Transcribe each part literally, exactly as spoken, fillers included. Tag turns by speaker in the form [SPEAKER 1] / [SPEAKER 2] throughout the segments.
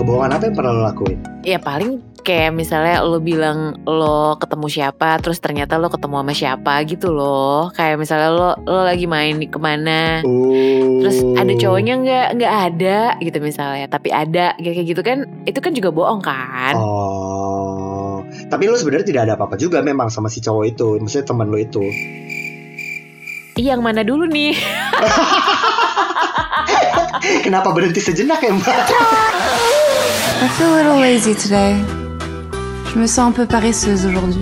[SPEAKER 1] Kebohongan apa yang pernah lo lakuin?
[SPEAKER 2] Ya paling kayak misalnya lo bilang lo ketemu siapa, terus ternyata lo ketemu sama siapa gitu loh. Kayak misalnya lo lo lagi main kemana,
[SPEAKER 1] Oh.
[SPEAKER 2] terus ada cowoknya nggak nggak ada gitu misalnya, tapi ada kayak gitu kan, itu kan juga bohong kan.
[SPEAKER 1] Oh, tapi lo sebenarnya tidak ada apa-apa juga memang sama si cowok itu, maksudnya teman lo itu.
[SPEAKER 2] Yang mana dulu nih?
[SPEAKER 1] Kenapa berhenti sejenak ya Mbak?
[SPEAKER 3] I feel a little lazy today. Je me sens un peu paresseuse aujourd'hui.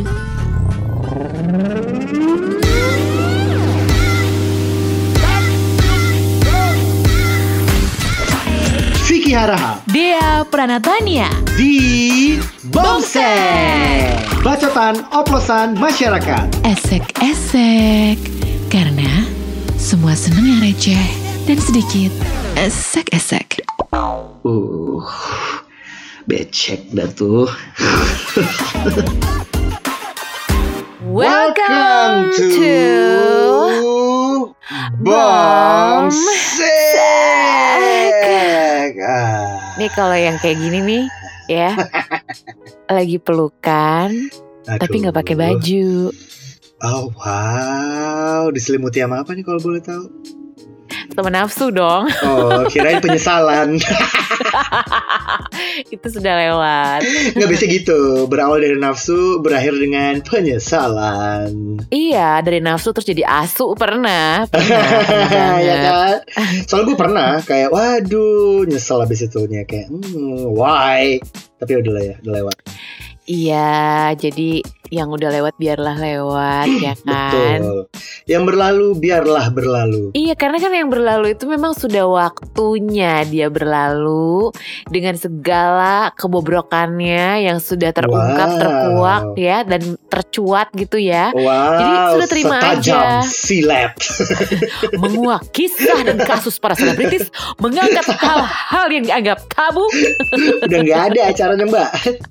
[SPEAKER 1] Vicky Haraha,
[SPEAKER 4] Dea Pranatania
[SPEAKER 1] di Bongseng, bacotan oplosan masyarakat.
[SPEAKER 4] Esek-esek. Karena semua seneng yang receh dan sedikit esek-esek.
[SPEAKER 1] Uh, becek dah tuh.
[SPEAKER 2] Welcome to
[SPEAKER 1] Bongseng. Ah.
[SPEAKER 2] Nih kalau yang kayak gini nih ya, lagi pelukan tapi
[SPEAKER 1] Aduh.
[SPEAKER 2] nggak pakai baju.
[SPEAKER 1] Oh wow, diselimuti sama apa nih kalau boleh tahu?
[SPEAKER 2] Temen nafsu dong.
[SPEAKER 1] Oh, kirain penyesalan.
[SPEAKER 2] Itu sudah lewat.
[SPEAKER 1] Nggak bisa gitu, berawal dari nafsu berakhir dengan penyesalan.
[SPEAKER 2] Iya, dari nafsu terus jadi asu pernah. Pernah, pernah
[SPEAKER 1] Ya
[SPEAKER 2] banget.
[SPEAKER 1] kan? Soalnya gue pernah kayak waduh nyesel abis itunya kayak hmm, why? Tapi udah lah ya, udah lewat.
[SPEAKER 2] Iya, jadi yang udah lewat biarlah lewat ya kan.
[SPEAKER 1] Betul. Yang berlalu biarlah berlalu.
[SPEAKER 2] Iya, karena kan yang berlalu itu memang sudah waktunya dia berlalu dengan segala kebobrokannya yang sudah terungkap,
[SPEAKER 1] Wow.
[SPEAKER 2] terkuak ya dan tercuat gitu ya.
[SPEAKER 1] Wow,
[SPEAKER 2] Jadi sudah terima
[SPEAKER 1] setajam
[SPEAKER 2] aja.
[SPEAKER 1] silet.
[SPEAKER 2] Menguak kisah dan kasus para selebritis, mengangkat hal-hal yang dianggap tabu.
[SPEAKER 1] Udah nggak ada acaranya Mbak.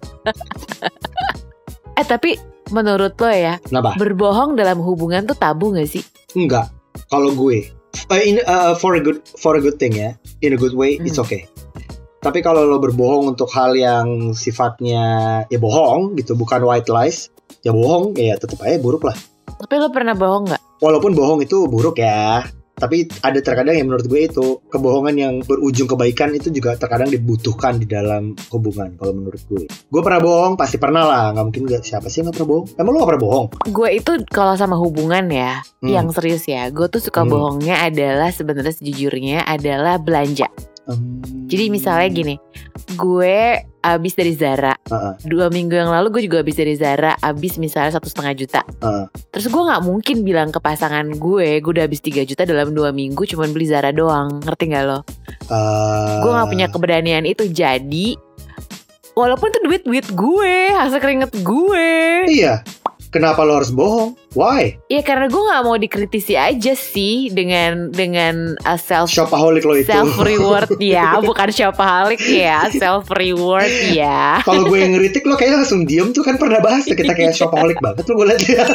[SPEAKER 2] Eh tapi menurut lo ya,
[SPEAKER 1] Kenapa?
[SPEAKER 2] berbohong dalam hubungan tuh tabu gak sih?
[SPEAKER 1] Enggak. Kalau gue, uh, in, uh, for a good for a good thing ya, in a good way,
[SPEAKER 2] Hmm.
[SPEAKER 1] it's okay. Tapi kalau lo berbohong untuk hal yang sifatnya ya bohong gitu, bukan white lies, ya bohong, ya tetap aja buruk lah.
[SPEAKER 2] Tapi lo pernah bohong gak?
[SPEAKER 1] Walaupun bohong itu buruk ya, tapi ada terkadang yang menurut gue itu kebohongan yang berujung kebaikan itu juga terkadang dibutuhkan di dalam hubungan. Kalau menurut gue, gue pernah bohong, pasti pernah lah. Nggak mungkin nggak, siapa sih yang nggak pernah bohong? Emang lo nggak pernah bohong?
[SPEAKER 2] Gue itu kalau sama hubungan ya,
[SPEAKER 1] Hmm.
[SPEAKER 2] yang serius ya, gue tuh suka
[SPEAKER 1] Hmm.
[SPEAKER 2] bohongnya adalah sebenarnya sejujurnya adalah belanja.
[SPEAKER 1] Um,
[SPEAKER 2] Jadi misalnya gini, gue abis dari Zara,
[SPEAKER 1] Uh-uh.
[SPEAKER 2] dua minggu yang lalu gue juga abis dari Zara, abis misalnya satu setengah juta.
[SPEAKER 1] Uh.
[SPEAKER 2] Terus gue nggak mungkin bilang ke pasangan gue, gue udah abis tiga juta dalam dua minggu cuman beli Zara doang, ngerti nggak lo?
[SPEAKER 1] Uh,
[SPEAKER 2] Gue nggak punya keberanian itu, jadi walaupun itu duit duit gue, hasil keringet gue.
[SPEAKER 1] Iya. Kenapa lo harus bohong? Why?
[SPEAKER 2] Ya karena gue nggak mau dikritisi aja sih dengan dengan uh, self
[SPEAKER 1] Shopaholic lo itu.
[SPEAKER 2] self reward ya, bukan shopaholic ya, self reward ya.
[SPEAKER 1] Kalau gue yang ngeritik lo kayaknya langsung diem tuh, kan pernah bahas tuh kita kayak shopaholic banget lo, gue liat ya.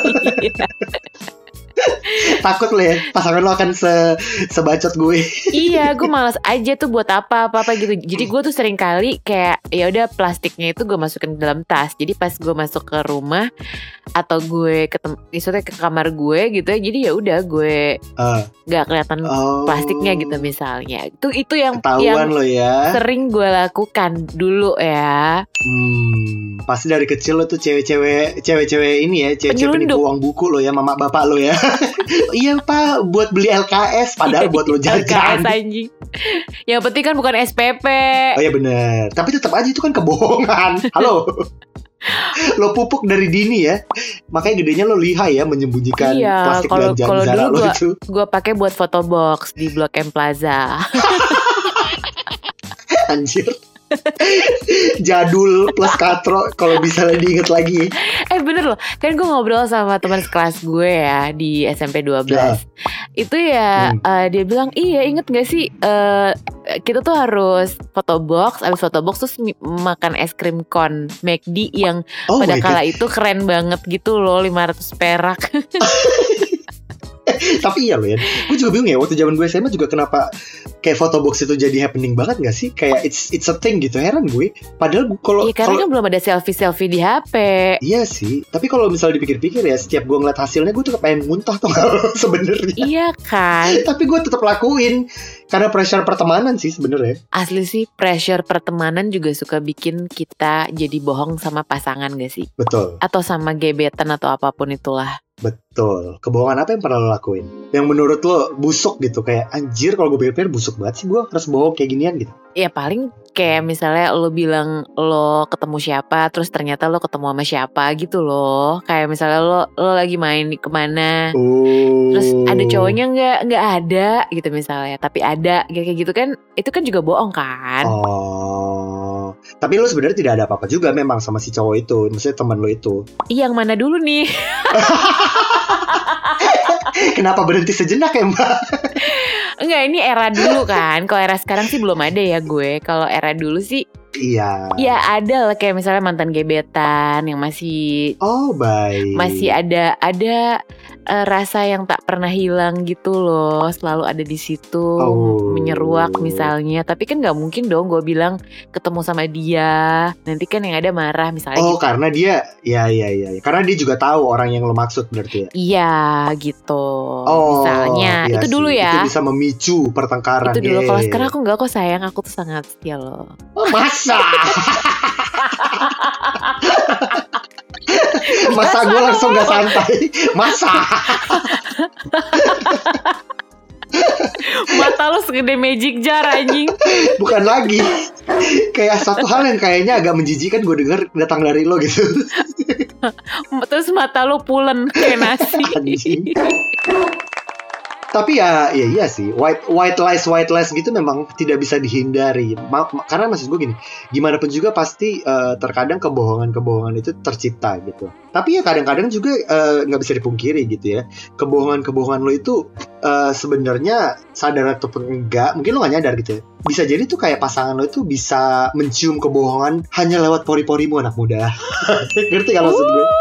[SPEAKER 1] Takut lo ya pasangan lo akan se sebacot gue.
[SPEAKER 2] Iya, gue malas aja tuh buat apa apa apa gitu. Jadi gue tuh sering kali kayak ya udah plastiknya itu gue masukin ke dalam tas. Jadi pas gue masuk ke rumah atau gue ketemu, maksudnya ke kamar gue gitu ya. Jadi ya udah gue
[SPEAKER 1] Uh,
[SPEAKER 2] nggak kelihatan
[SPEAKER 1] oh,
[SPEAKER 2] plastiknya gitu misalnya. Itu itu yang
[SPEAKER 1] ketahuan
[SPEAKER 2] yang
[SPEAKER 1] lo ya.
[SPEAKER 2] sering gue lakukan dulu ya.
[SPEAKER 1] Hmm, pasti dari kecil lo tuh cewek-cewek cewek-cewek ini ya, cewek-cewek
[SPEAKER 2] Penyelundup.
[SPEAKER 1] penipu uang buku lo ya, mama bapak lo ya. Iya pak, buat beli L K S padahal buat lo
[SPEAKER 2] L K S
[SPEAKER 1] jajan.
[SPEAKER 2] anjing. Yang penting kan bukan S P P.
[SPEAKER 1] Oh iya benar. Tapi tetap aja itu kan kebohongan. Halo. Lo pupuk dari dini ya. Makanya gedenya lo lihai ya menyembunyikan
[SPEAKER 2] Iya,
[SPEAKER 1] plastik
[SPEAKER 2] kalau
[SPEAKER 1] belanjaan
[SPEAKER 2] kalau
[SPEAKER 1] Zara
[SPEAKER 2] dulu
[SPEAKER 1] lo
[SPEAKER 2] gua
[SPEAKER 1] itu.
[SPEAKER 2] gua pakai buat foto box di Blok M Plaza.
[SPEAKER 1] Anjir. Jadul plus katro kalau bisa diinget lagi.
[SPEAKER 2] Eh bener loh, kan gue ngobrol sama teman sekelas gue ya di S M P dua belas. Itu ya
[SPEAKER 1] Hmm.
[SPEAKER 2] eh, dia bilang, iya inget gak sih eh, kita tuh harus foto box, abis foto box terus mi- makan es krim kon McD yang
[SPEAKER 1] Oh
[SPEAKER 2] pada
[SPEAKER 1] my
[SPEAKER 2] kala
[SPEAKER 1] God.
[SPEAKER 2] itu keren banget gitu loh, lima ratus perak.
[SPEAKER 1] Tapi iya loh ya, gue juga bingung ya waktu zaman gue S M A juga kenapa kayak photobox itu jadi happening banget gak sih? Kayak it's it's a thing gitu, heran gue. Padahal kalau
[SPEAKER 2] Iya karena
[SPEAKER 1] kalo,
[SPEAKER 2] kan belum ada selfie-selfie di H P.
[SPEAKER 1] Iya sih, tapi kalau misalnya dipikir-pikir ya, setiap gue ngeliat hasilnya gue tuh pengen muntah tuh sebenarnya.
[SPEAKER 2] Iya kan.
[SPEAKER 1] Tapi gue tetap lakuin karena pressure pertemanan sih sebenarnya.
[SPEAKER 2] Asli sih pressure pertemanan juga suka bikin kita jadi bohong sama pasangan gak sih?
[SPEAKER 1] Betul.
[SPEAKER 2] Atau sama gebetan atau apapun itulah.
[SPEAKER 1] Betul. Kebohongan apa yang pernah lo lakuin? Yang menurut lo busuk gitu, kayak anjir kalau gue pikir busuk banget sih gue harus bohong kayak ginian gitu.
[SPEAKER 2] Ya paling kayak misalnya lo bilang lo ketemu siapa, terus ternyata lo ketemu sama siapa gitu loh. Kayak misalnya lo lo lagi main kemana,
[SPEAKER 1] oh.
[SPEAKER 2] terus ada cowoknya nggak nggak ada gitu misalnya, tapi ada kayak gitu kan, itu kan juga bohong kan.
[SPEAKER 1] Oh. Tapi lo sebenarnya tidak ada apa-apa juga memang sama si cowok itu, maksudnya teman lo itu.
[SPEAKER 2] Yang mana dulu nih?
[SPEAKER 1] Kenapa berhenti sejenak ya Mbak?
[SPEAKER 2] Enggak, ini era dulu kan. Kalau era sekarang sih belum ada ya gue. Kalau era dulu sih
[SPEAKER 1] iya.
[SPEAKER 2] Ya ada lah, kayak misalnya mantan gebetan yang masih
[SPEAKER 1] oh baik
[SPEAKER 2] masih ada ada uh, rasa yang tak pernah hilang gitu loh, selalu ada di situ,
[SPEAKER 1] oh.
[SPEAKER 2] menyeruak misalnya. Tapi kan nggak mungkin dong gue bilang ketemu sama dia, nanti kan yang ada marah misalnya.
[SPEAKER 1] Oh
[SPEAKER 2] gitu.
[SPEAKER 1] Karena dia ya ya ya karena dia juga tahu orang yang lo maksud berarti ya.
[SPEAKER 2] Iya gitu.
[SPEAKER 1] Oh,
[SPEAKER 2] misalnya
[SPEAKER 1] iya
[SPEAKER 2] itu
[SPEAKER 1] sih.
[SPEAKER 2] dulu ya.
[SPEAKER 1] Itu bisa memicu pertengkaran.
[SPEAKER 2] Itu dulu.
[SPEAKER 1] Yeah.
[SPEAKER 2] Kalau sekarang aku nggak, kok sayang, aku tuh sangat setia loh.
[SPEAKER 1] Oh, masa? Masa gue langsung gak santai? Masa?
[SPEAKER 2] Mata lo segede magic jar anjing.
[SPEAKER 1] Bukan lagi. Kayak satu hal yang kayaknya agak menjijikan gue denger datang dari lo gitu.
[SPEAKER 2] Terus mata lo pulen kayak nasi.
[SPEAKER 1] Anjing. Tapi ya, ya iya sih, white white lies white lies gitu memang tidak bisa dihindari. Ma- ma- karena maksud gue gini, gimana pun juga pasti uh, terkadang kebohongan-kebohongan itu tercipta gitu. Tapi ya kadang-kadang juga nggak uh, bisa dipungkiri gitu ya, kebohongan-kebohongan lo itu uh, sebenarnya sadar ataupun enggak, mungkin lo nggak nyadar gitu ya. Bisa jadi tuh kayak pasangan lo itu bisa mencium kebohongan hanya lewat pori-porimu anak muda. Ngerti kan maksud gue?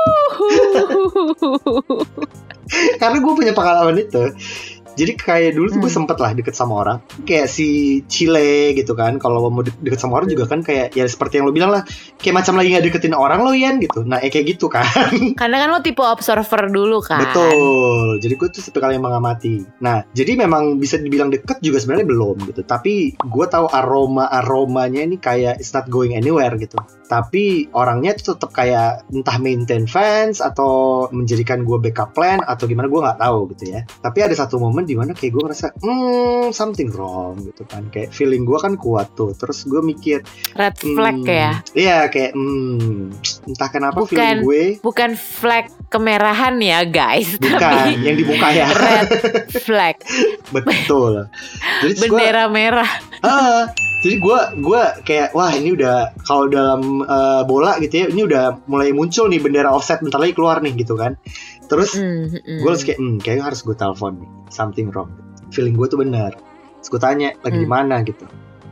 [SPEAKER 1] Karena gue punya pengalaman itu. Jadi kayak dulu tuh gue
[SPEAKER 2] Hmm.
[SPEAKER 1] sempet lah deket sama orang kayak si Chile gitu kan. Kalau mau de- deket sama orang juga kan kayak ya seperti yang lo bilang lah, kayak macam lagi gak deketin orang lo Yan gitu. Nah eh, kayak gitu kan.
[SPEAKER 2] Karena kan lo tipe observer dulu kan.
[SPEAKER 1] Betul. Jadi gue tuh tipe kali yang mengamati. Nah jadi memang bisa dibilang deket juga sebenarnya belum gitu. Tapi gue tahu aroma-aromanya ini kayak it's not going anywhere gitu. Tapi orangnya tuh tetap kayak entah maintain fans atau menjadikan gue backup plan atau gimana, gue nggak tahu gitu ya. Tapi ada satu momen dimana kayak gue ngerasa hmm something wrong gitu kan, kayak feeling gue kan kuat tuh. Terus gue mikir
[SPEAKER 2] Red flag
[SPEAKER 1] hmm,
[SPEAKER 2] ya.
[SPEAKER 1] iya kayak hmm, entah kenapa
[SPEAKER 2] Bukan.
[SPEAKER 1] feeling gue
[SPEAKER 2] Bukan flag kemerahan ya guys.
[SPEAKER 1] bukan
[SPEAKER 2] Tapi
[SPEAKER 1] yang dibuka ya.
[SPEAKER 2] red flag.
[SPEAKER 1] Betul. Jadi terus gue
[SPEAKER 2] Bendera merah.
[SPEAKER 1] ah, jadi gue gue kayak wah ini udah kalau dalam uh, bola gitu ya, ini udah mulai muncul nih bendera offside bentar lagi keluar nih gitu kan. Terus
[SPEAKER 2] Mm, mm.
[SPEAKER 1] gue kayak hmm, kayaknya harus gue telepon nih, something wrong. Feeling gue tuh benar. Terus gue tanya lagi di
[SPEAKER 2] Hmm.
[SPEAKER 1] mana gitu.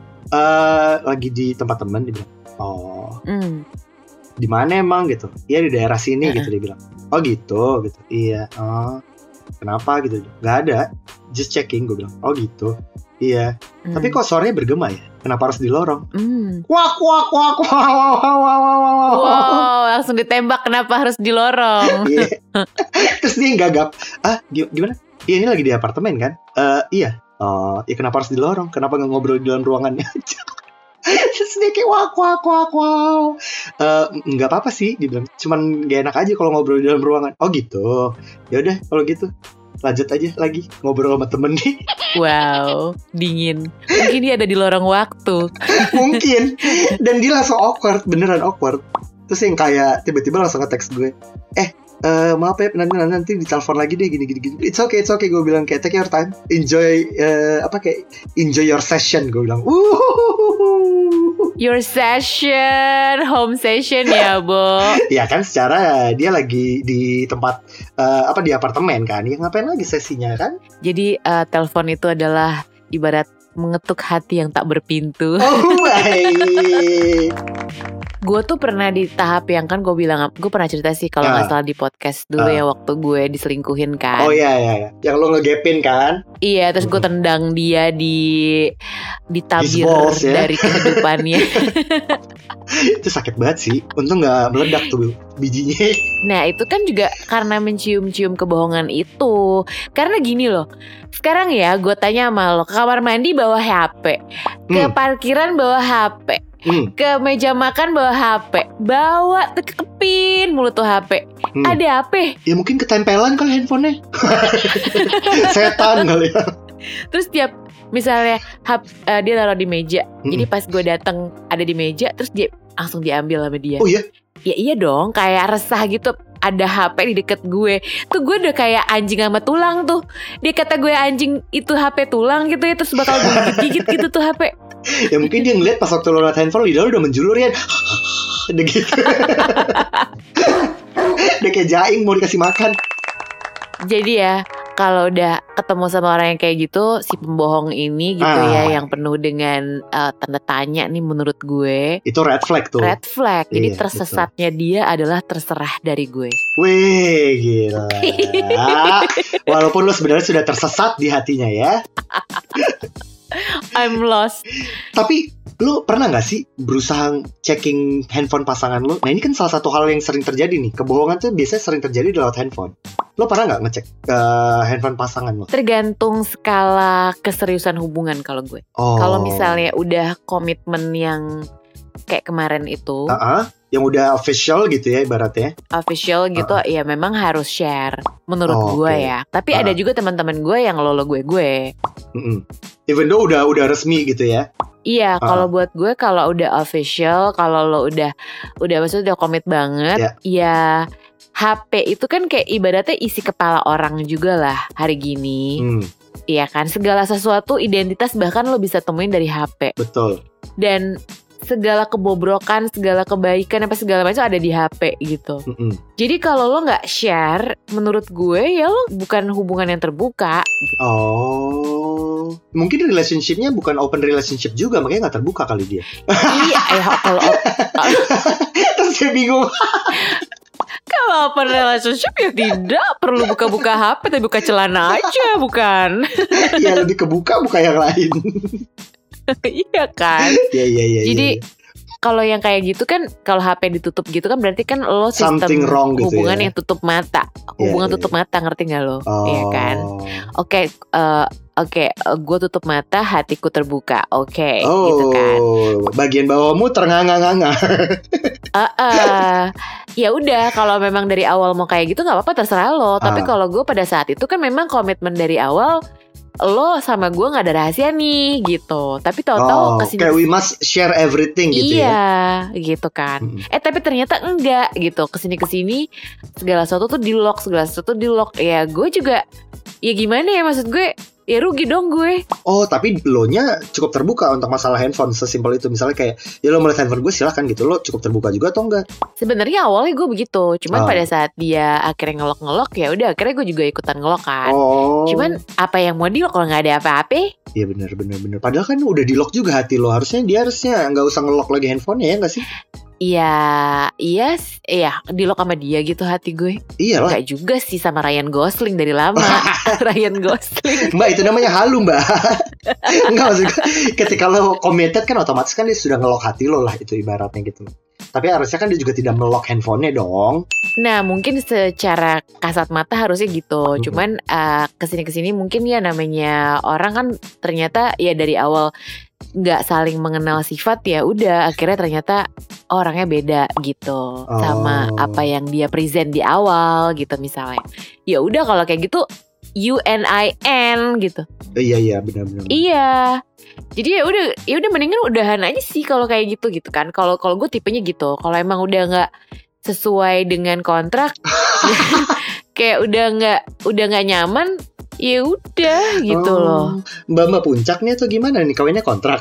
[SPEAKER 1] Eh lagi di tempat teman. Dia bilang oh
[SPEAKER 2] Mm.
[SPEAKER 1] di mana emang gitu. Iya di daerah sini
[SPEAKER 2] Uh-uh.
[SPEAKER 1] gitu dia bilang. Oh gitu gitu. Iya. Oh kenapa gitu? Gak ada. Just checking, gue bilang. Oh gitu. Iya.
[SPEAKER 2] Mm.
[SPEAKER 1] Tapi kok suaranya bergema ya? Kenapa harus dilorong?
[SPEAKER 2] Mm.
[SPEAKER 1] Wak wak wak wak wak wak wak wak wak.
[SPEAKER 2] Wow, langsung ditembak, kenapa harus dilorong?
[SPEAKER 1] Iya. Terus dia gagap. Ah gi- gimana? Iya ini lagi di apartemen kan? Eh iya. Oh ya kenapa harus dilorong? Kenapa nggak ngobrol di dalam ruangannya aja? Terus dia kayak wak wak wak wak. Eh nggak apa-apa sih, dia bilang. Cuman gak enak aja kalau ngobrol di dalam ruangan. Oh gitu. Ya udah kalau gitu lanjut aja lagi ngobrol sama temen nih.
[SPEAKER 2] Wow, dingin. Mungkin dia ada di lorong waktu.
[SPEAKER 1] Mungkin. Dan dia langsung awkward, beneran awkward. Terus yang kayak tiba-tiba langsung nge-text gue, eh uh, maaf ya nanti nanti, nanti ditelepon lagi deh gini gini gini. It's okay, it's okay, gue bilang kayak take your time, enjoy uh, apa kayak enjoy your session, gue bilang. Uh.
[SPEAKER 2] Your session, home session ya, Bo.
[SPEAKER 1] Ya kan secara dia lagi di tempat uh, apa di apartemen kan, ya ngapain lagi sesinya kan?
[SPEAKER 2] Jadi uh, telepon itu adalah ibarat mengetuk hati yang tak berpintu.
[SPEAKER 1] Oh baik.
[SPEAKER 2] gue tuh pernah di tahap yang kan gue bilang, gue pernah cerita sih kalau nggak
[SPEAKER 1] Ah.
[SPEAKER 2] salah di podcast dulu
[SPEAKER 1] Ah.
[SPEAKER 2] ya waktu gue diselingkuhin kan.
[SPEAKER 1] Oh iya iya iya. Yang lo ngegapin kan?
[SPEAKER 2] Iya, terus gue
[SPEAKER 1] Mm-mm.
[SPEAKER 2] tendang dia di di tabir
[SPEAKER 1] balls, ya.
[SPEAKER 2] dari kehidupannya.
[SPEAKER 1] Itu sakit banget sih. Untung nggak meledak tuh bijinya.
[SPEAKER 2] Nah itu kan juga karena mencium-cium kebohongan itu. Karena gini loh, sekarang ya gue tanya sama lo, ke kamar mandi bawa H P, ke
[SPEAKER 1] Hmm.
[SPEAKER 2] parkiran bawa H P,
[SPEAKER 1] Hmm.
[SPEAKER 2] ke meja makan bawa H P, bawa tekepin mulut tuh H P.
[SPEAKER 1] Hmm.
[SPEAKER 2] Ada apa?
[SPEAKER 1] Ya mungkin ketempelan kali handphonenya. Setan kali ya.
[SPEAKER 2] Terus tiap misalnya hap, eh, dia taruh di meja,
[SPEAKER 1] Mm-mm.
[SPEAKER 2] jadi pas gue datang ada di meja, terus dia langsung diambil sama dia.
[SPEAKER 1] Oh iya?
[SPEAKER 2] Ya iya dong, kayak resah gitu. Ada H P di deket gue. Tuh gue udah kayak anjing sama tulang tuh. Dia kata gue anjing itu H P tulang gitu ya. Terus bakal gue gigit-gigit gitu tuh H P.
[SPEAKER 1] Ya mungkin dia ngeliat pas waktu lo liat handphone lidah lo udah menjulur ya. Udah gitu. Udah kayak jaing mau dikasih makan.
[SPEAKER 2] Jadi ya kalau udah ketemu sama orang yang kayak gitu, si pembohong ini gitu
[SPEAKER 1] Ah.
[SPEAKER 2] ya, yang penuh dengan uh, tanda tanya nih menurut gue,
[SPEAKER 1] Itu red flag tuh.
[SPEAKER 2] red flag. Jadi
[SPEAKER 1] Iya,
[SPEAKER 2] tersesatnya dia adalah terserah dari gue.
[SPEAKER 1] Wih gila. Walaupun lo sebenarnya sudah tersesat di hatinya ya.
[SPEAKER 2] I'm lost.
[SPEAKER 1] Tapi lo pernah gak sih berusaha checking handphone pasangan lo? Nah ini kan salah satu hal yang sering terjadi nih. Kebohongan tuh biasanya sering terjadi lewat handphone. Lo pernah gak ngecek uh, handphone pasangan lo?
[SPEAKER 2] Tergantung skala keseriusan hubungan kalau gue.
[SPEAKER 1] Oh.
[SPEAKER 2] Kalau misalnya udah komitmen yang kayak kemarin itu,
[SPEAKER 1] Uh-uh, yang udah official gitu ya ibaratnya.
[SPEAKER 2] official gitu, ya memang harus share menurut
[SPEAKER 1] Oh,
[SPEAKER 2] gue
[SPEAKER 1] oke.
[SPEAKER 2] ya. Tapi ada
[SPEAKER 1] Ah.
[SPEAKER 2] juga teman-teman gue yang lolo gue gue.
[SPEAKER 1] Mm-mm. Even though udah udah resmi gitu ya.
[SPEAKER 2] Iya,
[SPEAKER 1] Ah.
[SPEAKER 2] kalau buat gue kalau udah official, kalau lo udah udah maksudnya udah komit banget,
[SPEAKER 1] Ya.
[SPEAKER 2] ya H P itu kan kayak ibaratnya isi kepala orang juga lah hari gini.
[SPEAKER 1] Hmm,
[SPEAKER 2] Iya kan, segala sesuatu identitas bahkan lo bisa temuin dari H P.
[SPEAKER 1] betul.
[SPEAKER 2] Dan segala kebobrokan, segala kebaikan, apa segala macam ada di H P gitu.
[SPEAKER 1] Mm-mm.
[SPEAKER 2] Jadi kalau lo nggak share, menurut gue ya lo bukan hubungan yang terbuka.
[SPEAKER 1] Oh, mungkin relationshipnya bukan open relationship juga, makanya nggak terbuka kali dia.
[SPEAKER 2] Iya, ya kalau
[SPEAKER 1] Terus saya bingung.
[SPEAKER 2] kalau open relationship ya tidak perlu buka-buka H P, tapi buka celana aja, bukan?
[SPEAKER 1] Ya lebih kebuka buka yang lain.
[SPEAKER 2] Iya kan?
[SPEAKER 1] Ya ya ya.
[SPEAKER 2] Jadi
[SPEAKER 1] ya.
[SPEAKER 2] kalau yang kayak gitu kan, kalau H P ditutup gitu kan berarti kan lo sistem
[SPEAKER 1] Something wrong gitu
[SPEAKER 2] hubungan
[SPEAKER 1] ya.
[SPEAKER 2] yang tutup mata,
[SPEAKER 1] Iya,
[SPEAKER 2] hubungan
[SPEAKER 1] iya,
[SPEAKER 2] tutup mata, ngerti nggak lo?
[SPEAKER 1] Oh.
[SPEAKER 2] Iya kan? Oke, eh, oke, gue tutup mata, hatiku terbuka, oke, gitu kan?
[SPEAKER 1] Oh, bagian bawahmu ternganga-nganga.
[SPEAKER 2] Ah, ah. Ya udah, kalau memang dari awal mau kayak gitu nggak apa-apa, terserah lo. Tapi
[SPEAKER 1] Ah.
[SPEAKER 2] kalau gue pada saat itu kan memang komitmen dari awal, lo sama gue nggak ada rahasia nih, gitu. Tapi tahu-tahu
[SPEAKER 1] Oh,
[SPEAKER 2] kesini
[SPEAKER 1] kayak we must share everything gitu ya.
[SPEAKER 2] iya, gitu kan.
[SPEAKER 1] Mm-mm.
[SPEAKER 2] Eh tapi ternyata enggak gitu. Kesini kesini segala sesuatu tuh di lock, segala sesuatu di lock. Ya gue juga, ya gimana ya, maksud gue, ya rugi dong gue.
[SPEAKER 1] Oh, tapi lo nya cukup terbuka untuk masalah handphone, sesimpel itu. Misalnya kayak, ya lo melihat handphone gue silahkan gitu. Lo cukup terbuka juga atau enggak?
[SPEAKER 2] Sebenarnya awalnya gue begitu. Cuman
[SPEAKER 1] Oh.
[SPEAKER 2] pada saat dia akhirnya ngelok-ngelok, ya udah akhirnya gue juga ikutan ngelok kan.
[SPEAKER 1] Oh.
[SPEAKER 2] Cuman apa yang mau di lock kalau nggak ada apa-apa?
[SPEAKER 1] Iya benar benar benar. Padahal kan udah di lock juga hati lo. Harusnya dia harusnya nggak usah ngelock lagi handphonenya ya nggak sih?
[SPEAKER 2] Iya, iya, s- iya di lock sama dia gitu hati gue.
[SPEAKER 1] Iyalah.
[SPEAKER 2] Enggak juga sih sama Ryan Gosling dari lama. Ryan Gosling.
[SPEAKER 1] Mbak itu namanya halu mbak. Enggak maksud gue, ketika lo committed kan otomatis kan dia sudah ngelock hati lo lah, itu ibaratnya gitu. Tapi harusnya kan dia juga tidak melock handphonenya dong.
[SPEAKER 2] Nah mungkin secara kasat mata harusnya gitu.
[SPEAKER 1] Mhm.
[SPEAKER 2] Cuman uh, kesini-kesini mungkin ya namanya orang kan ternyata ya dari awal nggak saling mengenal sifat, ya udah akhirnya ternyata orangnya beda gitu sama
[SPEAKER 1] Oh.
[SPEAKER 2] apa yang dia present di awal gitu misalnya. Ya udah kalau kayak gitu you and I N gitu.
[SPEAKER 1] Eh, iya iya benar benar.
[SPEAKER 2] Iya. Jadi ya udah, ya udah mendingan udahan aja sih kalau kayak gitu gitu kan. Kalau kalau gue tipenya gitu. Kalau emang udah nggak sesuai dengan kontrak, kayak udah nggak udah nggak nyaman, ya udah gitu
[SPEAKER 1] Oh,
[SPEAKER 2] loh.
[SPEAKER 1] Mbak mbak puncak nih atau gimana nih kawinnya kontrak?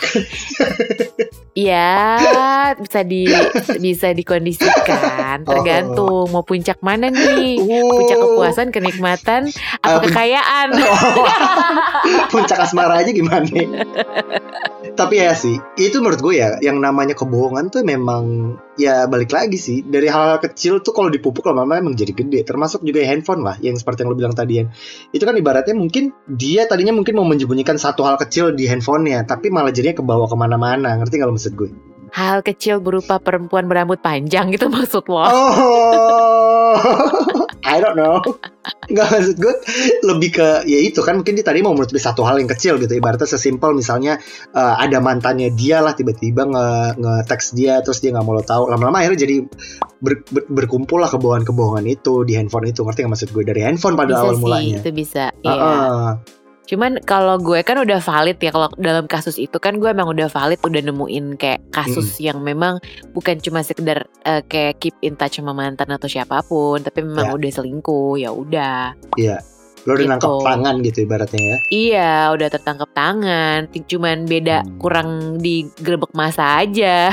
[SPEAKER 2] Ya bisa di bisa dikondisikan,
[SPEAKER 1] Oh.
[SPEAKER 2] tergantung mau puncak mana nih.
[SPEAKER 1] Oh.
[SPEAKER 2] Puncak kepuasan, kenikmatan, apa
[SPEAKER 1] Ah, pun-
[SPEAKER 2] kekayaan.
[SPEAKER 1] Puncak asmara aja gimana? Tapi ya sih, itu menurut gue ya, yang namanya kebohongan tuh memang ya balik lagi sih, dari hal-hal kecil tuh kalau dipupuk lama-lama emang jadi gede. Termasuk juga handphone lah, yang seperti yang lo bilang tadi. Itu kan ibaratnya mungkin dia tadinya mungkin mau menyembunyikan satu hal kecil di handphonenya, tapi malah jadinya kebawa kemana-mana. Ngerti gak lo maksud gue?
[SPEAKER 2] Hal kecil berupa perempuan berambut panjang gitu maksud lo?
[SPEAKER 1] Oh, I don't know. Nggak, maksud gue lebih ke ya itu kan, mungkin dia tadi mau menurut gue satu hal yang kecil gitu. Ibaratnya sesimpel misalnya uh, ada mantannya dia lah, tiba-tiba nge nge-text dia, terus dia nggak mau lo tahu. Lama-lama akhirnya jadi ber, ber, berkumpul lah kebohongan-kebohongan itu di handphone itu. Ngerti nggak maksud gue? Dari handphone pada
[SPEAKER 2] Bisa
[SPEAKER 1] awal
[SPEAKER 2] sih,
[SPEAKER 1] mulanya.
[SPEAKER 2] itu bisa.
[SPEAKER 1] Uh-uh.
[SPEAKER 2] Iya. Cuman kalau gue kan udah valid ya, kalau dalam kasus itu kan gue emang udah valid, udah nemuin kayak kasus mm. yang memang bukan cuma sekedar uh, kayak keep in touch sama mantan atau siapapun, tapi memang yeah. udah selingkuh, ya udah.
[SPEAKER 1] Iya. Yeah. Lo udah
[SPEAKER 2] gitu.
[SPEAKER 1] nangkep tangan gitu ibaratnya ya.
[SPEAKER 2] Iya, udah tertangkap tangan. Cuman beda hmm. kurang digerebek masa aja.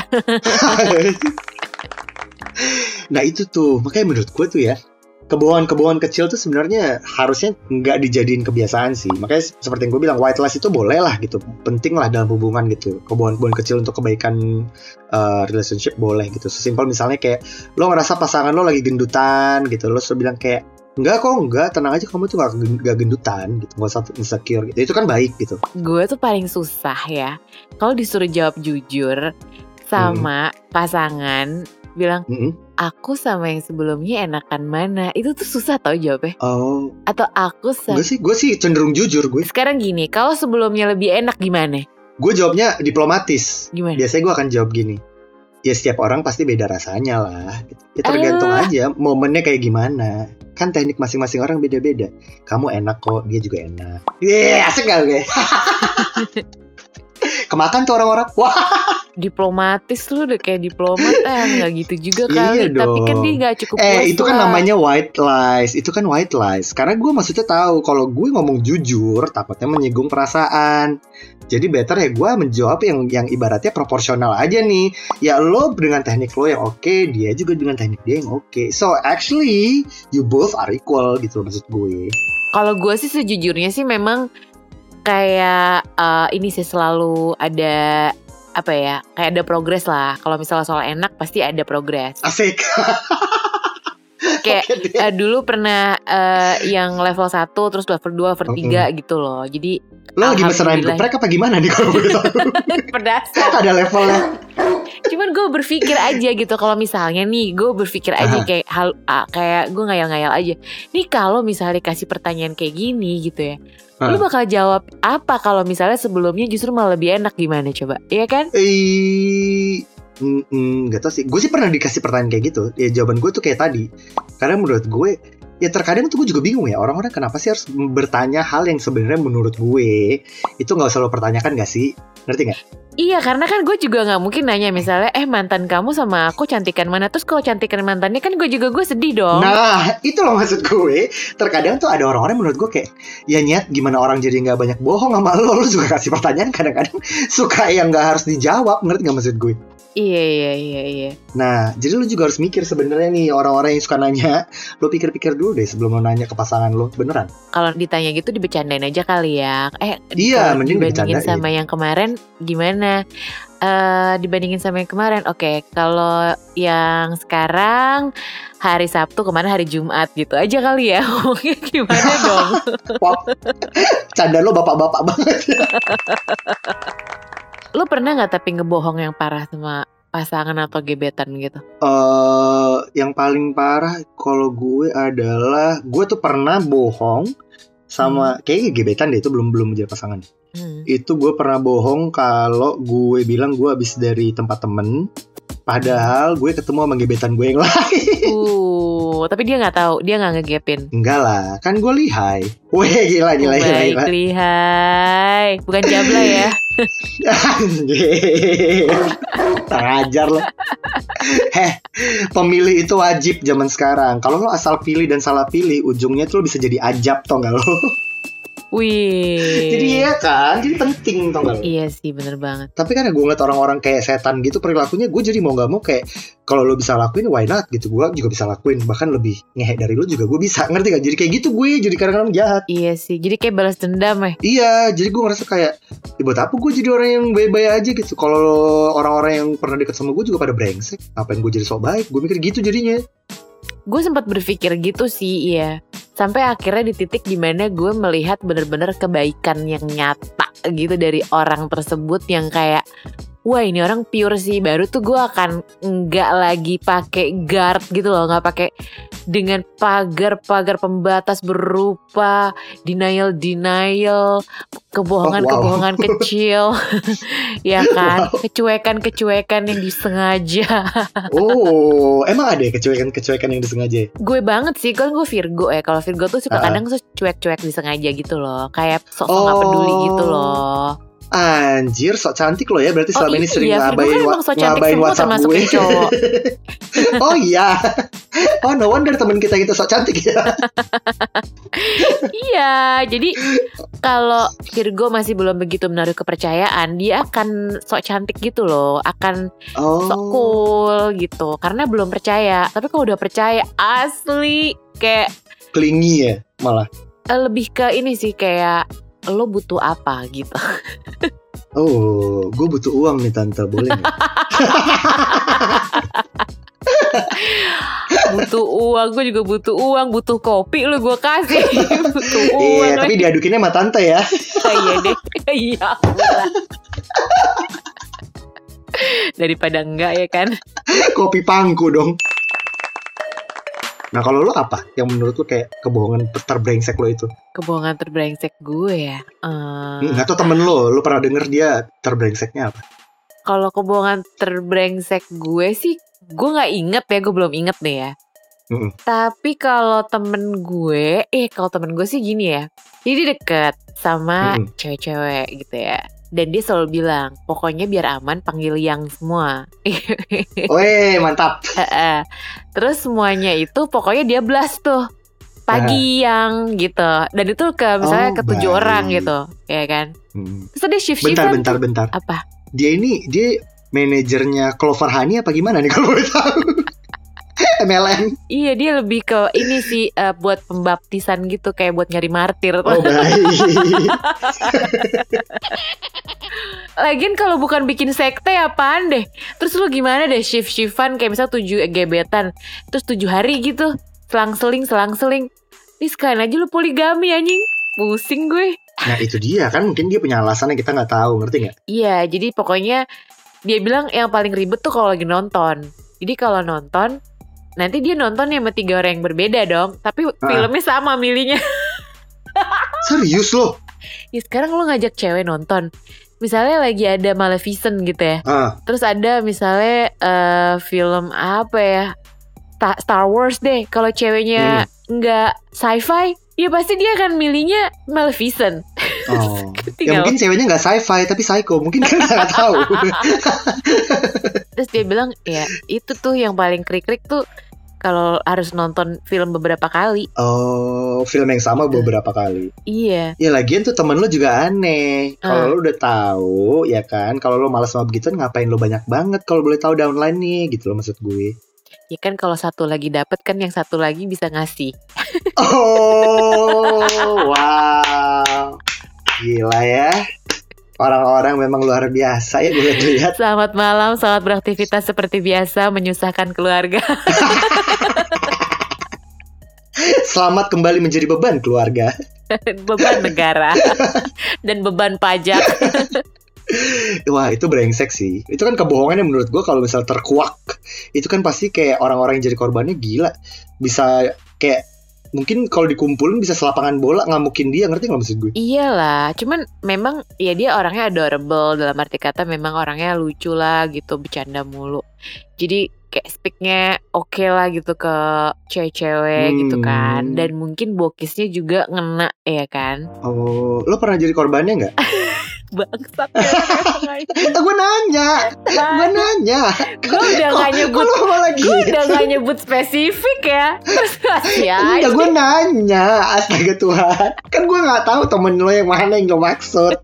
[SPEAKER 1] Nah itu tuh, makanya menurut gue tuh ya, kebohongan-kebohongan kecil tuh sebenarnya harusnya nggak dijadiin kebiasaan sih. Makanya seperti yang gue bilang, white lies itu boleh lah gitu, penting lah dalam hubungan gitu. Kebohongan-kebohongan kecil untuk kebaikan uh, relationship boleh gitu. Sesimpel misalnya kayak lo ngerasa pasangan lo lagi gendutan gitu, lo sudah bilang kayak enggak kok, enggak, tenang aja, kamu tuh gak, gak gendutan gitu, gak usah insecure gitu. Itu kan baik gitu.
[SPEAKER 2] Gue tuh paling susah ya kalau disuruh jawab jujur sama hmm. pasangan, bilang mm-hmm. aku sama yang sebelumnya enakan mana. Itu tuh susah tau jawabnya.
[SPEAKER 1] Oh.
[SPEAKER 2] Atau aku sama,
[SPEAKER 1] gue sih gue sih cenderung jujur gue.
[SPEAKER 2] Sekarang gini, kalau sebelumnya lebih enak gimana?
[SPEAKER 1] Gue jawabnya diplomatis.
[SPEAKER 2] Gimana?
[SPEAKER 1] Biasanya gue akan jawab gini, ya setiap orang pasti beda rasanya lah gitu. Ya tergantung uh. aja momennya kayak gimana. Kan teknik masing-masing orang beda-beda. Kamu enak kok, dia juga enak. Iya, yeah, asik gak gue? Kemakan tuh orang-orang. Wah.
[SPEAKER 2] Diplomatis lu udah kayak diplomat, eh nggak gitu juga kali.
[SPEAKER 1] Iya
[SPEAKER 2] tapi kan dia nggak cukup.
[SPEAKER 1] Eh itu kan
[SPEAKER 2] lah.
[SPEAKER 1] namanya white lies. Itu kan white lies. Karena gue maksudnya tahu kalau gue ngomong jujur takutnya menyinggung perasaan. Jadi better ya gue menjawab yang yang ibaratnya proporsional aja nih. Ya lo dengan teknik lo yang oke, okay, dia juga dengan teknik dia yang oke. Okay. So actually you both are equal gitu maksud gue.
[SPEAKER 2] Kalau gue sih sejujurnya sih memang kayak uh, ini sih selalu ada apa ya, kayak ada progres lah. Kalau misalnya soal enak pasti ada progres.
[SPEAKER 1] Asik.
[SPEAKER 2] Kayak okay, uh, dulu pernah uh, yang level satu, terus level dua, level tiga mm-hmm. gitu loh. Jadi
[SPEAKER 1] lo lagi meserain geprek apa gimana nih kalau boleh tahu?
[SPEAKER 2] Berdasar.
[SPEAKER 1] Ada levelnya.
[SPEAKER 2] Cuman gue berpikir aja gitu, kalau misalnya nih gue berpikir aja uh-huh. kayak hal uh, kayak gue ngayal-ngayal aja. Nih kalau misalnya dikasih pertanyaan kayak gini gitu ya, uh. lu bakal jawab apa kalau misalnya sebelumnya justru malah lebih enak, gimana coba? Iya kan?
[SPEAKER 1] Eh Mm, mm, gak tau sih. Gue sih pernah dikasih pertanyaan kayak gitu. Ya jawaban gue tuh kayak tadi. Karena menurut gue, ya terkadang tuh gue juga bingung ya, orang-orang kenapa sih harus bertanya hal yang sebenarnya menurut gue itu gak usah lo pertanyakan gak sih? Ngerti gak?
[SPEAKER 2] Iya, karena kan gue juga gak mungkin nanya misalnya, eh mantan kamu sama aku cantikan mana? Terus kalau cantikan mantannya kan gue juga gue sedih dong.
[SPEAKER 1] Nah itu loh maksud gue. Terkadang tuh ada orang-orang menurut gue kayak, ya nyet gimana orang jadi gak banyak bohong sama lo. Lo juga kasih pertanyaan kadang-kadang suka yang gak harus dijawab. Ngerti gak maksud gue?
[SPEAKER 2] Iya iya iya iya.
[SPEAKER 1] Nah, jadi lu juga harus mikir sebenarnya nih, orang-orang yang suka nanya, lu pikir-pikir dulu deh sebelum lu nanya ke pasangan lu, beneran.
[SPEAKER 2] Kalau ditanya gitu dibecandain aja kali ya. Eh,
[SPEAKER 1] iya, mending
[SPEAKER 2] dibandingin sama yang kemarin gimana? Uh, dibandingin sama yang kemarin, oke. Okay, kalau yang sekarang hari Sabtu, kemarin hari Jumat gitu aja kali ya. Ngomongnya gimana dong?
[SPEAKER 1] Pop, canda lu bapak-bapak banget ya.
[SPEAKER 2] Lu pernah gak tapi ngebohong yang parah sama pasangan atau gebetan gitu?
[SPEAKER 1] Uh, yang paling parah kalau gue adalah, gue tuh pernah bohong sama, hmm. kayaknya gebetan deh, itu belum belum menjadi pasangan. Hmm. Itu gue pernah bohong kalau gue bilang gue habis dari tempat temen, padahal gue ketemu sama gebetan gue yang lain. Uh,
[SPEAKER 2] tapi dia nggak tahu, dia nggak ngegepin.
[SPEAKER 1] Enggak lah, kan gue lihai. Weh gila gila gila.
[SPEAKER 2] Baik gila. Lihai, bukan jabla ya.
[SPEAKER 1] Anjir, tak ajar lo. Heh, pemilih itu wajib zaman sekarang. Kalau lo asal pilih dan salah pilih, ujungnya tuh lo bisa jadi ajab, tau gak lo?
[SPEAKER 2] Wih.
[SPEAKER 1] Jadi ya kan, jadi penting tau gak lo?
[SPEAKER 2] Iya sih, bener banget.
[SPEAKER 1] Tapi karena gue ngeliat orang-orang kayak setan gitu perilakunya, gue jadi mau gak mau kayak kalau lo bisa lakuin, why not gitu. Gue juga bisa lakuin, bahkan lebih ngehe dari lo juga gue bisa. Ngerti gak? Jadi kayak gitu gue, jadi kadang-kadang jahat.
[SPEAKER 2] Iya sih, jadi kayak balas dendam ya.
[SPEAKER 1] Iya, jadi gue ngerasa kayak ya buat apa gue jadi orang yang baik-baik aja gitu. Kalau orang-orang yang pernah deket sama gue juga pada brengsek, ngapain gue jadi sok baik? Gue mikir gitu jadinya.
[SPEAKER 2] Gue sempat berpikir gitu sih, iya. Sampai akhirnya di titik dimana gue melihat bener-bener kebaikan yang nyata gitu dari orang tersebut yang kayak, wah ini orang pure sih. Baru tuh gue akan nggak lagi pakai guard gitu loh, nggak pakai dengan pagar-pagar pembatas berupa denial denial, kebohongan-kebohongan
[SPEAKER 1] Oh, wow.
[SPEAKER 2] kecil, ya kan,
[SPEAKER 1] Wow.
[SPEAKER 2] kecuekan-kecuekan yang disengaja.
[SPEAKER 1] Oh, emang ada ya kecuekan-kecuekan yang disengaja?
[SPEAKER 2] Gue banget sih, kan gue Virgo ya. Kalau Virgo tuh suka
[SPEAKER 1] Ah.
[SPEAKER 2] kadang tuh cuek-cuek disengaja gitu loh, kayak sok-sok nggak peduli gitu loh.
[SPEAKER 1] Anjir, sok cantik lo ya. Berarti
[SPEAKER 2] Oh
[SPEAKER 1] selama ini sering
[SPEAKER 2] iya, Virgo
[SPEAKER 1] ngabain,
[SPEAKER 2] kan
[SPEAKER 1] wa-
[SPEAKER 2] emang sok cantik
[SPEAKER 1] ngabain
[SPEAKER 2] semua
[SPEAKER 1] WhatsApp
[SPEAKER 2] termasuk
[SPEAKER 1] gue.
[SPEAKER 2] yang cowok.
[SPEAKER 1] Oh iya. Oh no wonder temen kita gitu sok cantik ya.
[SPEAKER 2] Iya, jadi kalau Virgo masih belum begitu menaruh kepercayaan, dia akan sok cantik gitu loh, akan sok
[SPEAKER 1] Oh.
[SPEAKER 2] cool gitu, karena belum percaya. Tapi kalau udah percaya, asli kayak
[SPEAKER 1] Clingy ya malah.
[SPEAKER 2] eh, lebih ke ini sih, kayak lo butuh apa gitu.
[SPEAKER 1] Oh, gue butuh uang nih tante, boleh nggak?
[SPEAKER 2] Butuh uang, gue juga butuh uang, butuh kopi lu gue kasih. Butuh uang.
[SPEAKER 1] Iya, tapi diadukinnya sama tante ya.
[SPEAKER 2] Iya deh. Iya. Bener. Daripada enggak ya kan.
[SPEAKER 1] Kopi pangku dong. Nah kalau lo apa yang menurut lo kayak kebohongan terbrengsek lo itu?
[SPEAKER 2] Kebohongan terbrengsek gue ya. Eh,
[SPEAKER 1] Nggak tau temen lo, lo pernah denger dia terbrengseknya apa?
[SPEAKER 2] Kalau kebohongan terbrengsek gue sih, gue nggak inget ya, gue belum inget nih ya.
[SPEAKER 1] Mm-mm.
[SPEAKER 2] Tapi kalau temen gue, eh kalau temen gue sih gini ya. Jadi deket sama
[SPEAKER 1] Mm-mm.
[SPEAKER 2] cewek-cewek gitu ya. Dan dia selalu bilang, pokoknya biar aman panggil yang semua.
[SPEAKER 1] Weh, mantap.
[SPEAKER 2] Heeh. Terus semuanya itu pokoknya dia blast tuh pagi yang gitu. Dan itu ke misalnya
[SPEAKER 1] Oh,
[SPEAKER 2] ke tujuh
[SPEAKER 1] baik.
[SPEAKER 2] orang gitu, ya kan.
[SPEAKER 1] Hmm.
[SPEAKER 2] Terus ada shift
[SPEAKER 1] Bentar,
[SPEAKER 2] shiftan
[SPEAKER 1] bentar, bentar.
[SPEAKER 2] apa?
[SPEAKER 1] Dia ini, dia manajernya Clover Honey apa gimana nih kalau boleh tahu? M L M.
[SPEAKER 2] Iya, dia lebih ke ini sih, eh, buat pembaptisan gitu, kayak buat nyari martir.
[SPEAKER 1] Oh baik.
[SPEAKER 2] Lagian kalau bukan bikin sekte apaan deh. Terus lu gimana deh shift-shiftan kayak misal tujuh gebetan, terus tujuh hari gitu, selang-seling selang-seling. Ih sekalian aja lu poligami anjing. Pusing gue.
[SPEAKER 1] Nah itu dia kan, mungkin dia punya alasan yang kita nggak tahu, ngerti nggak?
[SPEAKER 2] Iya, jadi pokoknya dia bilang yang paling ribet tuh kalau lagi nonton. Jadi kalau nonton, nanti dia nonton sama tiga orang yang berbeda dong. Tapi
[SPEAKER 1] Ah.
[SPEAKER 2] filmnya sama milihnya.
[SPEAKER 1] Serius lo?
[SPEAKER 2] Ya sekarang lu ngajak cewek nonton, misalnya lagi ada Maleficent gitu ya.
[SPEAKER 1] Ah,
[SPEAKER 2] Terus ada misalnya eh, film apa ya, Ta- Star Wars deh. Kalau ceweknya nggak sci-fi, ya pasti dia akan milihnya Maleficent.
[SPEAKER 1] oh.
[SPEAKER 2] Ngerti
[SPEAKER 1] Ya
[SPEAKER 2] nggak lo?
[SPEAKER 1] mungkin ceweknya nggak sci-fi tapi psycho, mungkin kita nggak tahu.
[SPEAKER 2] Terus dia bilang ya itu tuh yang paling krik-krik tuh kalau harus nonton film beberapa kali.
[SPEAKER 1] Oh, film yang sama beberapa kali.
[SPEAKER 2] Iya.
[SPEAKER 1] Ya lagian tuh temen lo juga aneh. Kalau
[SPEAKER 2] Ah.
[SPEAKER 1] lo udah tahu, ya kan, kalau lo malas sama begituan ngapain lo banyak banget kalau boleh tahu downline nih, gitu lo maksud gue.
[SPEAKER 2] Ya kan kalau satu lagi dapet kan yang satu lagi bisa ngasih.
[SPEAKER 1] Oh, wow. Gila ya. Orang-orang memang luar biasa ya gue lihat.
[SPEAKER 2] Selamat malam, selamat beraktivitas seperti biasa menyusahkan keluarga.
[SPEAKER 1] Selamat kembali menjadi beban keluarga.
[SPEAKER 2] Beban negara dan beban pajak.
[SPEAKER 1] Wah itu brengsek sih. Itu kan kebohongan yang menurut gue kalau misal terkuak, itu kan pasti kayak orang-orang yang jadi korbannya gila. Bisa kayak mungkin kalau dikumpulin bisa selapangan bola ngamukin dia, ngerti nggak maksud gue?
[SPEAKER 2] Iyalah, cuman memang ya dia orangnya adorable, dalam arti kata memang orangnya lucu lah gitu, bercanda mulu. Jadi kayak speaknya oke lah gitu ke cewek-cewek
[SPEAKER 1] Hmm.
[SPEAKER 2] gitu kan. Dan mungkin bokisnya juga ngena ya kan.
[SPEAKER 1] Oh, lo pernah jadi korbannya nggak?
[SPEAKER 2] Bangsat.
[SPEAKER 1] Gue nanya, gue nanya.
[SPEAKER 2] Gue udah
[SPEAKER 1] Kok-
[SPEAKER 2] gak
[SPEAKER 1] kok
[SPEAKER 2] nyebut
[SPEAKER 1] lu malah gitu?
[SPEAKER 2] Gue udah gak nyebut spesifik ya. Terus masih
[SPEAKER 1] Enggak,
[SPEAKER 2] aja.
[SPEAKER 1] gue nanya. Astaga Tuhan. Kan gue gak tahu temen lo yang mana yang lo maksud.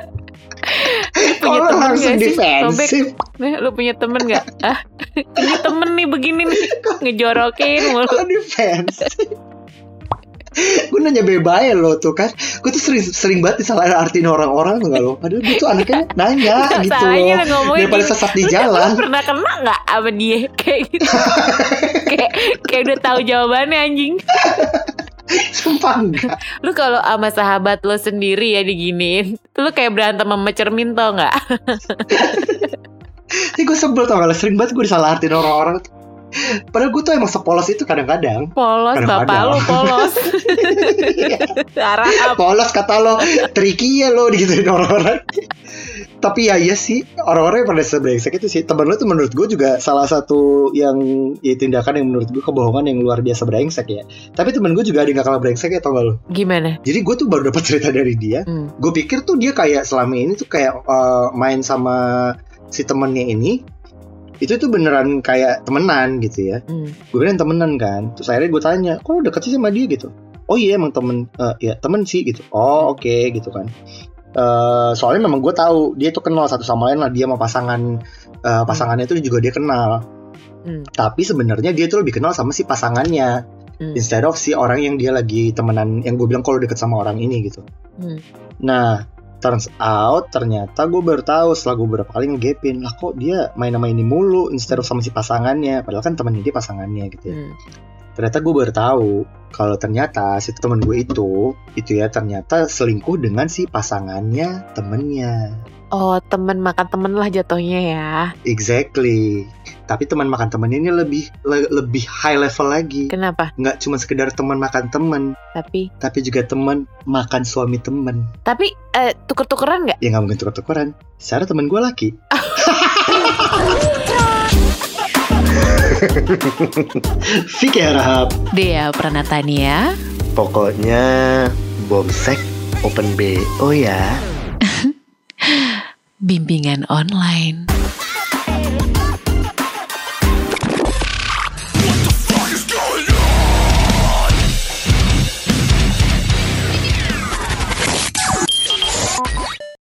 [SPEAKER 2] Punya
[SPEAKER 1] Kok lo
[SPEAKER 2] temen
[SPEAKER 1] langsung
[SPEAKER 2] gak sih,
[SPEAKER 1] defensif?
[SPEAKER 2] Nih, lu punya temen gak? Ah, ini temen nih begini nih, ngejorokin mulu.
[SPEAKER 1] Kalau defensif. Gue nanya bebas lo tuh kan. Gue tuh sering sering banget disalahin artiin orang-orang tuh gak lo. Padahal gue tuh anaknya nanya gitu
[SPEAKER 2] Salahnya
[SPEAKER 1] loh.
[SPEAKER 2] lu ngomongin
[SPEAKER 1] Daripada
[SPEAKER 2] gini.
[SPEAKER 1] sesat di
[SPEAKER 2] Lu-
[SPEAKER 1] jalan.
[SPEAKER 2] Lu pernah kena gak sama dia kayak gitu? kayak kayak udah tahu jawabannya anjing.
[SPEAKER 1] Sumpah enggak.
[SPEAKER 2] Lu kalau sama sahabat lo sendiri ya diginiin, lu kayak berantem sama cermin tau gak?
[SPEAKER 1] Ini gue sebel tau gak lo. Sering banget gue disalahin orang-orang. Padahal gue tuh emang sepolos itu kadang-kadang.
[SPEAKER 2] Polos, bapak
[SPEAKER 1] Kadang-kadang.
[SPEAKER 2] lu polos. Arah apa?
[SPEAKER 1] Polos kata lo. Tricky ya lo digituin orang-orang. Tapi ya iya sih, orang-orang yang pada sebrengsek itu sih. Temen lo tuh menurut gue juga salah satu yang ya, tindakan yang menurut gue kebohongan yang luar biasa brengsek ya. Tapi temen gue juga ada yang gak kalah brengsek ya, tau gak lo.
[SPEAKER 2] Gimana?
[SPEAKER 1] Jadi gue tuh baru dapat cerita dari dia.
[SPEAKER 2] Hmm.
[SPEAKER 1] Gue pikir tuh dia kayak selama ini tuh kayak uh, main sama si temennya ini. Itu tuh beneran kayak temenan gitu ya.
[SPEAKER 2] Hmm.
[SPEAKER 1] Gue kira temenan kan. Terus akhirnya gue tanya, kok lo deket sih sama dia gitu? Oh iya emang temen, uh, ya temen sih gitu. Oh oke okay, gitu kan. Uh, soalnya memang gue tahu dia tuh kenal satu sama lain lah, dia sama pasangan uh, pasangannya tuh juga dia kenal.
[SPEAKER 2] Hmm.
[SPEAKER 1] Tapi sebenarnya dia tuh lebih kenal sama si pasangannya,
[SPEAKER 2] Hmm.
[SPEAKER 1] instead of si orang yang dia lagi temenan, yang gue bilang kalau deket sama orang ini gitu.
[SPEAKER 2] Hmm.
[SPEAKER 1] Nah, turns out ternyata gue baru tahu setelah gue beberapa kali ngegepin, lah kok dia main sama ini mulu instead of sama si pasangannya, padahal kan temennya dia pasangannya gitu ya.
[SPEAKER 2] Hmm.
[SPEAKER 1] Ternyata gue baru tahu kalau ternyata si temen gue itu itu ya ternyata selingkuh dengan si pasangannya temennya.
[SPEAKER 2] Oh, temen makan temen lah jatuhnya ya.
[SPEAKER 1] Exactly. Tapi teman makan temen ini lebih le- lebih high level lagi.
[SPEAKER 2] Kenapa?
[SPEAKER 1] Nggak cuma sekedar teman makan temen,
[SPEAKER 2] Tapi
[SPEAKER 1] tapi juga teman makan suami temen.
[SPEAKER 2] Tapi eh, tuker-tukeran gak?
[SPEAKER 1] Ya nggak mungkin tuker-tukeran. Secara temen gue laki. Fik ya Rahab.
[SPEAKER 4] Dea Pranatania.
[SPEAKER 1] Pokoknya bomsek open B O ya.
[SPEAKER 4] Bimbingan online.